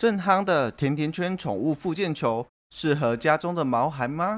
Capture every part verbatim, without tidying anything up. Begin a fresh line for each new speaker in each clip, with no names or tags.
正夯的甜甜圈宠物复健球适合家中的毛孩吗？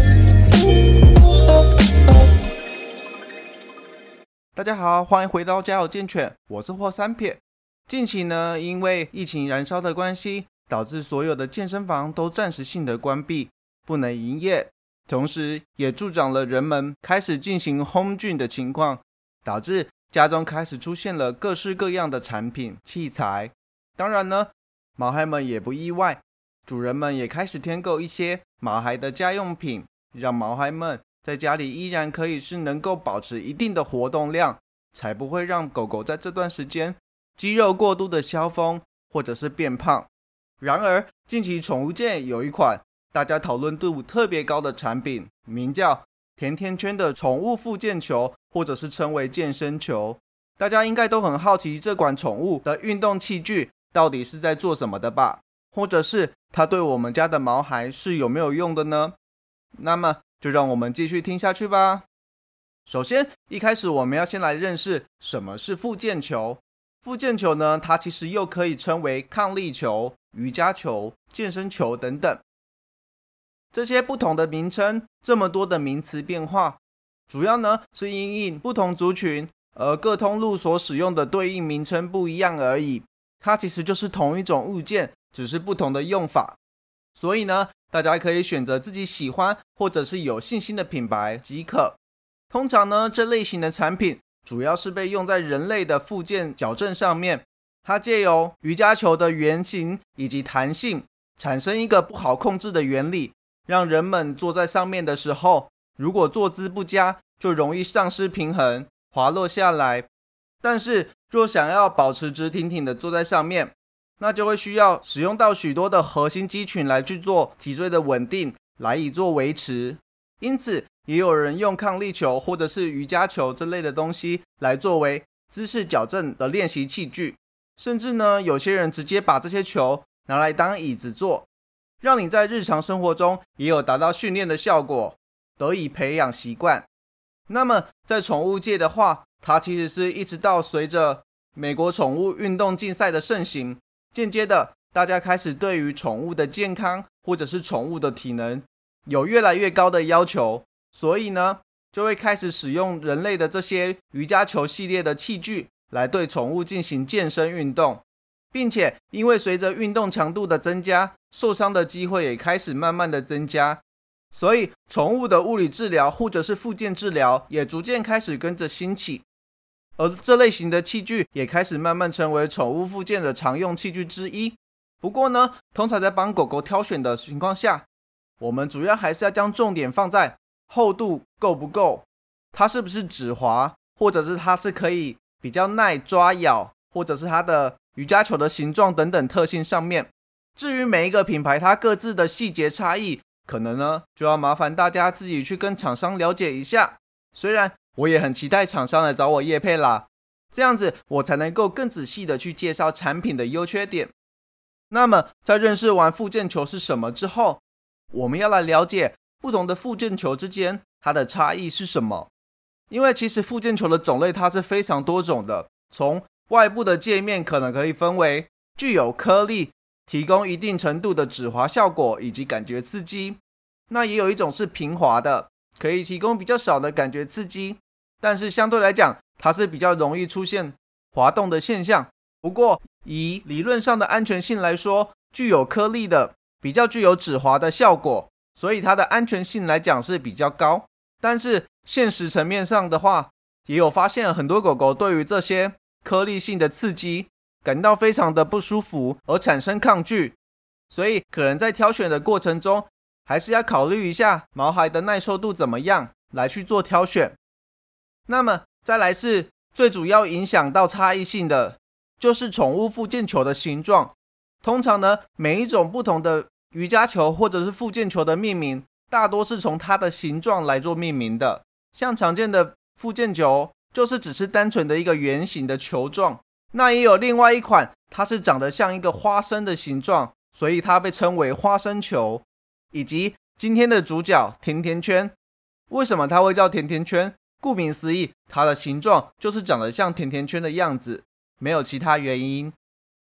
大家好，欢迎回到家有健犬，我是霍三撇。近期呢，因为疫情燃烧的关系，导致所有的健身房都暂时性的关闭，不能营业，同时也助长了人们开始进行 home gym 的情况，导致家中开始出现了各式各样的产品器材。当然呢，毛孩们也不意外，主人们也开始添购一些毛孩的家用品，让毛孩们在家里依然可以是能够保持一定的活动量，才不会让狗狗在这段时间肌肉过度的消风或者是变胖。然而近期宠物界有一款大家讨论度特别高的产品，名叫甜甜圈的宠物复健球，或者是称为健身球。大家应该都很好奇这款宠物的运动器具到底是在做什么的吧，或者是它对我们家的毛孩是有没有用的呢？那么就让我们继续听下去吧。首先一开始我们要先来认识什么是复健球。复健球呢，它其实又可以称为抗力球、瑜伽球、健身球等等。这些不同的名称，这么多的名词变化，主要呢是因应不同族群，而各通路所使用的对应名称不一样而已。它其实就是同一种物件，只是不同的用法。所以呢，大家可以选择自己喜欢或者是有信心的品牌即可。通常呢，这类型的产品主要是被用在人类的复健矫正上面。它借由瑜伽球的圆形以及弹性，产生一个不好控制的原理，让人们坐在上面的时候，如果坐姿不佳，就容易丧失平衡，滑落下来。但是若想要保持直挺挺的坐在上面，那就会需要使用到许多的核心肌群来去做脊椎的稳定，来以做维持。因此也有人用抗力球或者是瑜伽球之类的东西来作为姿势矫正的练习器具，甚至呢，有些人直接把这些球拿来当椅子坐，让你在日常生活中也有达到训练的效果，得以培养习惯。那么在宠物界的话，它其实是一直到随着美国宠物运动竞赛的盛行，间接的大家开始对于宠物的健康或者是宠物的体能有越来越高的要求，所以呢，就会开始使用人类的这些瑜伽球系列的器具来对宠物进行健身运动，并且因为随着运动强度的增加，受伤的机会也开始慢慢的增加，所以宠物的物理治疗或者是复健治疗也逐渐开始跟着兴起。而这类型的器具也开始慢慢成为宠物复健的常用器具之一。不过呢，通常在帮狗狗挑选的情况下，我们主要还是要将重点放在厚度够不够，它是不是止滑，或者是它是可以比较耐抓咬，或者是它的瑜伽球的形状等等特性上面。至于每一个品牌它各自的细节差异，可能呢就要麻烦大家自己去跟厂商了解一下。虽然我也很期待厂商来找我业配啦，这样子我才能够更仔细的去介绍产品的优缺点。那么在认识完复健球是什么之后，我们要来了解不同的复健球之间它的差异是什么。因为其实复健球的种类它是非常多种的，从外部的界面可能可以分为具有颗粒，提供一定程度的止滑效果以及感觉刺激，那也有一种是平滑的，可以提供比较少的感觉刺激，但是相对来讲它是比较容易出现滑动的现象。不过以理论上的安全性来说，具有颗粒的比较具有止滑的效果，所以它的安全性来讲是比较高。但是现实层面上的话，也有发现很多狗狗对于这些颗粒性的刺激感到非常的不舒服而产生抗拒，所以可能在挑选的过程中还是要考虑一下毛孩的耐受度怎么样来去做挑选。那么再来是最主要影响到差异性的，就是宠物复健球的形状。通常呢，每一种不同的瑜伽球或者是复健球的命名，大多是从它的形状来做命名的。像常见的复健球就是只是单纯的一个圆形的球状，那也有另外一款它是长得像一个花生的形状，所以它被称为花生球。以及今天的主角甜甜圈，为什么它会叫甜甜圈？顾名思义，它的形状就是长得像甜甜圈的样子，没有其他原因。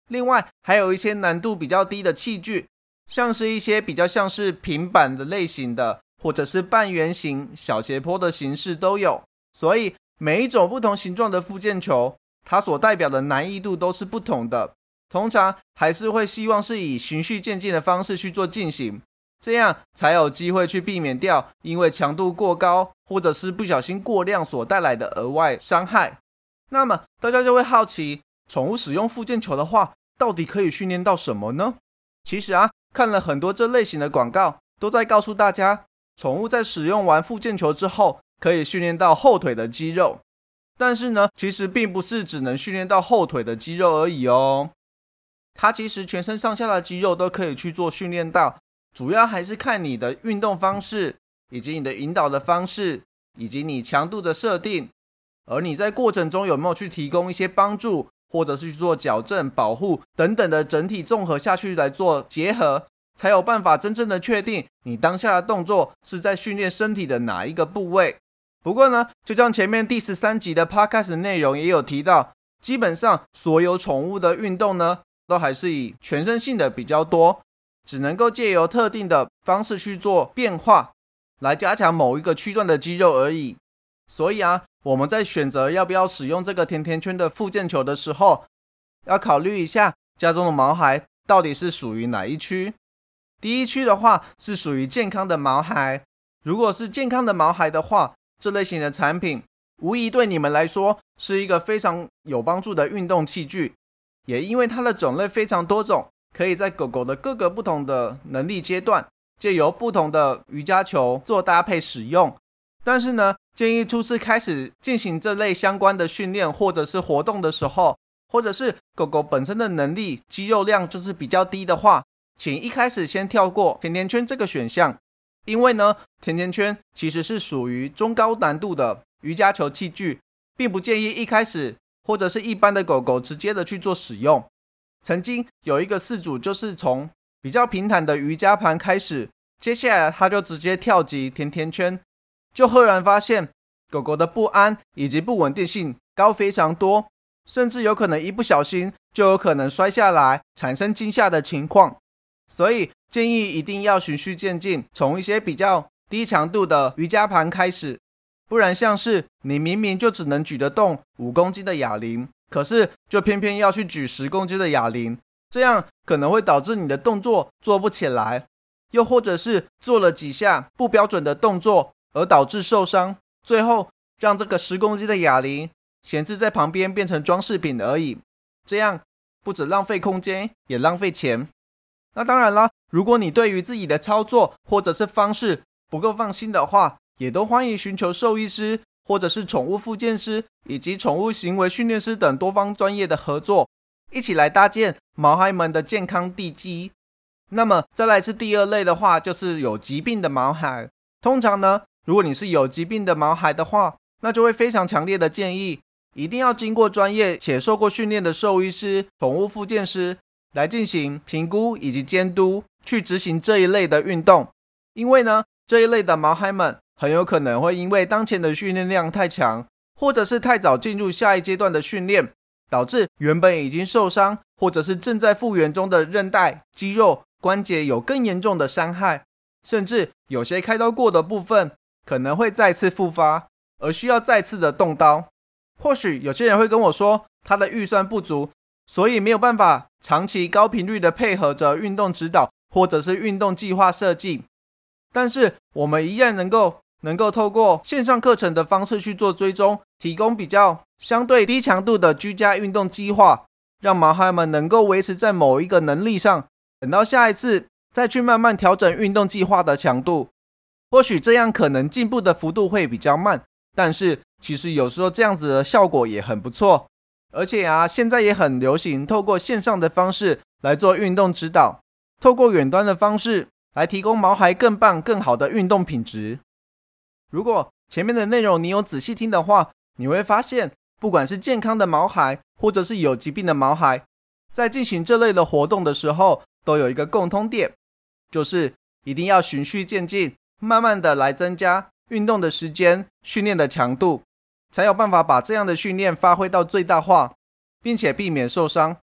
另外还有一些难度比较低的器具，像是一些比较像是平板的类型的，或者是半圆形、小斜坡的形式都有。所以每一种不同形状的复健球，它所代表的难易度都是不同的。通常还是会希望是以循序渐进的方式去做进行，这样才有机会去避免掉因为强度过高或者是不小心过量所带来的额外伤害。那么大家就会好奇，宠物使用复健球的话，到底可以训练到什么呢？其实啊，看了很多这类型的广告，都在告诉大家，宠物在使用完复健球之后，可以训练到后腿的肌肉。但是呢，其实并不是只能训练到后腿的肌肉而已哦。它其实全身上下的肌肉都可以去做训练到，主要还是看你的运动方式，以及你的引导的方式，以及你强度的设定，而你在过程中有没有去提供一些帮助，或者是去做矫正、保护等等的整体综合下去来做结合，才有办法真正的确定你当下的动作是在训练身体的哪一个部位。不过呢，就像前面第十三集的 podcast 内容也有提到，基本上所有宠物的运动呢，都还是以全身性的比较多，只能够借由特定的方式去做变化，来加强某一个区段的肌肉而已。所以啊，我们在选择要不要使用这个甜甜圈的复健球的时候，要考虑一下家中的毛孩到底是属于哪一区。第一区的话是属于健康的毛孩，如果是健康的毛孩的话，这类型的产品无疑对你们来说是一个非常有帮助的运动器具，也因为它的种类非常多种，可以在狗狗的各个不同的能力阶段，借由不同的瑜伽球做搭配使用。但是呢，建议初次开始进行这类相关的训练或者是活动的时候，或者是狗狗本身的能力肌肉量就是比较低的话，请一开始先跳过甜甜圈这个选项。因为呢，甜甜圈其实是属于中高难度的瑜伽球器具，并不建议一开始或者是一般的狗狗直接的去做使用。曾经有一个饲主就是从比较平坦的瑜伽盘开始，接下来他就直接跳级甜甜圈，就赫然发现狗狗的不安以及不稳定性高非常多，甚至有可能一不小心就有可能摔下来，产生惊吓的情况。所以建议一定要循序渐进，从一些比较低强度的瑜伽盘开始，不然像是你明明就只能举得动五公斤的哑铃，可是就偏偏要去举十公斤的哑铃，这样可能会导致你的动作做不起来，又或者是做了几下不标准的动作而导致受伤，最后让这个十公斤的哑铃闲置在旁边变成装饰品而已，这样不只浪费空间也浪费钱。那当然啦，如果你对于自己的操作或者是方式不够放心的话，也都欢迎寻求兽医师或者是宠物复健师以及宠物行为训练师等多方专业的合作，一起来搭建毛孩们的健康地基。那么再来是第二类的话，就是有疾病的毛孩。通常呢，如果你是有疾病的毛孩的话，那就会非常强烈的建议，一定要经过专业且受过训练的兽医师、宠物复健师来进行评估以及监督，去执行这一类的运动。因为呢，这一类的毛孩们很有可能会因为当前的训练量太强，或者是太早进入下一阶段的训练，导致原本已经受伤或者是正在复原中的韧带、肌肉、关节有更严重的伤害，甚至有些开刀过的部分可能会再次复发，而需要再次的动刀。或许有些人会跟我说，他的预算不足，所以没有办法长期高频率的配合着运动指导或者是运动计划设计，但是我们依然能够能够透过线上课程的方式去做追踪，提供比较相对低强度的居家运动计划，让毛孩们能够维持在某一个能力上，等到下一次再去慢慢调整运动计划的强度。或许这样可能进步的幅度会比较慢，但是其实有时候这样子的效果也很不错。而且啊，现在也很流行透过线上的方式来做运动指导，透过远端的方式来提供毛孩更棒更好的运动品质。如果前面的内容你有仔细听的话，你会发现不管是健康的毛孩或者是有疾病的毛孩，在进行这类的活动的时候都有一个共通点，就是一定要循序渐进，慢慢的来增加运动的时间、训练的强度，才有办法把这样的训练发挥到最大化，并且避免受伤。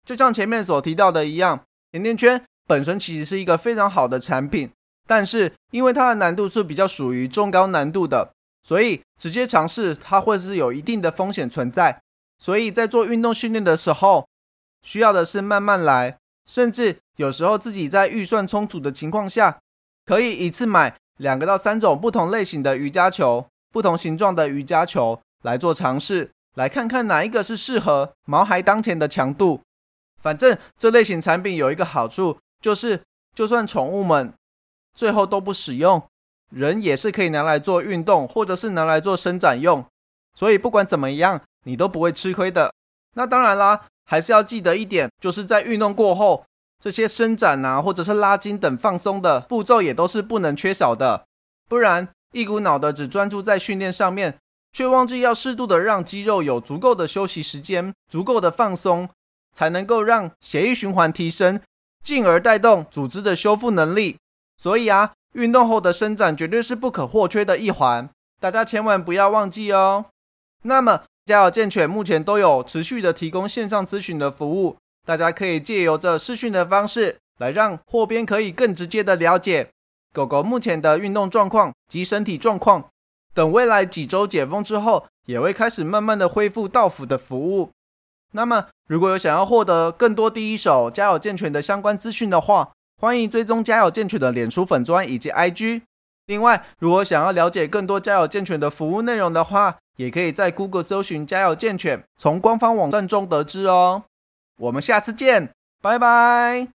就像前面所提到的一样，甜甜圈本身其实是一个非常好的产品，但是因为它的难度是比较属于中高难度的，所以直接尝试它会是有一定的风险存在。所以在做运动训练的时候，需要的是慢慢来，甚至有时候自己在预算充足的情况下，可以一次买两个到三种不同类型的瑜伽球，不同形状的瑜伽球来做尝试，来看看哪一个是适合毛孩当前的强度。反正这类型产品有一个好处，就是就算宠物们最后都不使用，人也是可以拿来做运动，或者是拿来做伸展用，所以不管怎么样你都不会吃亏的。那当然啦，还是要记得一点，就是在运动过后，这些伸展啊或者是拉筋等放松的步骤也都是不能缺少的，不然一股脑的只专注在训练上面，却忘记要适度的让肌肉有足够的休息时间，足够的放松，才能够让血液循环提升，进而带动组织的修复能力。所以啊，运动后的伸展绝对是不可或缺的一环，大家千万不要忘记哦。那么家有健犬目前都有持续的提供线上咨询的服务，大家可以借由这视讯的方式来让货编可以更直接的了解狗狗目前的运动状况及身体状况，等未来几周解封之后，也会开始慢慢的恢复到府的服务。那么如果有想要获得更多第一手家有健犬的相关资讯的话，欢迎追踪家有健犬的脸书粉专以及 I G。 另外如果想要了解更多家有健犬的服务内容的话，也可以在 Google 搜寻家有健犬，从官方网站中得知哦。我们下次见，拜拜。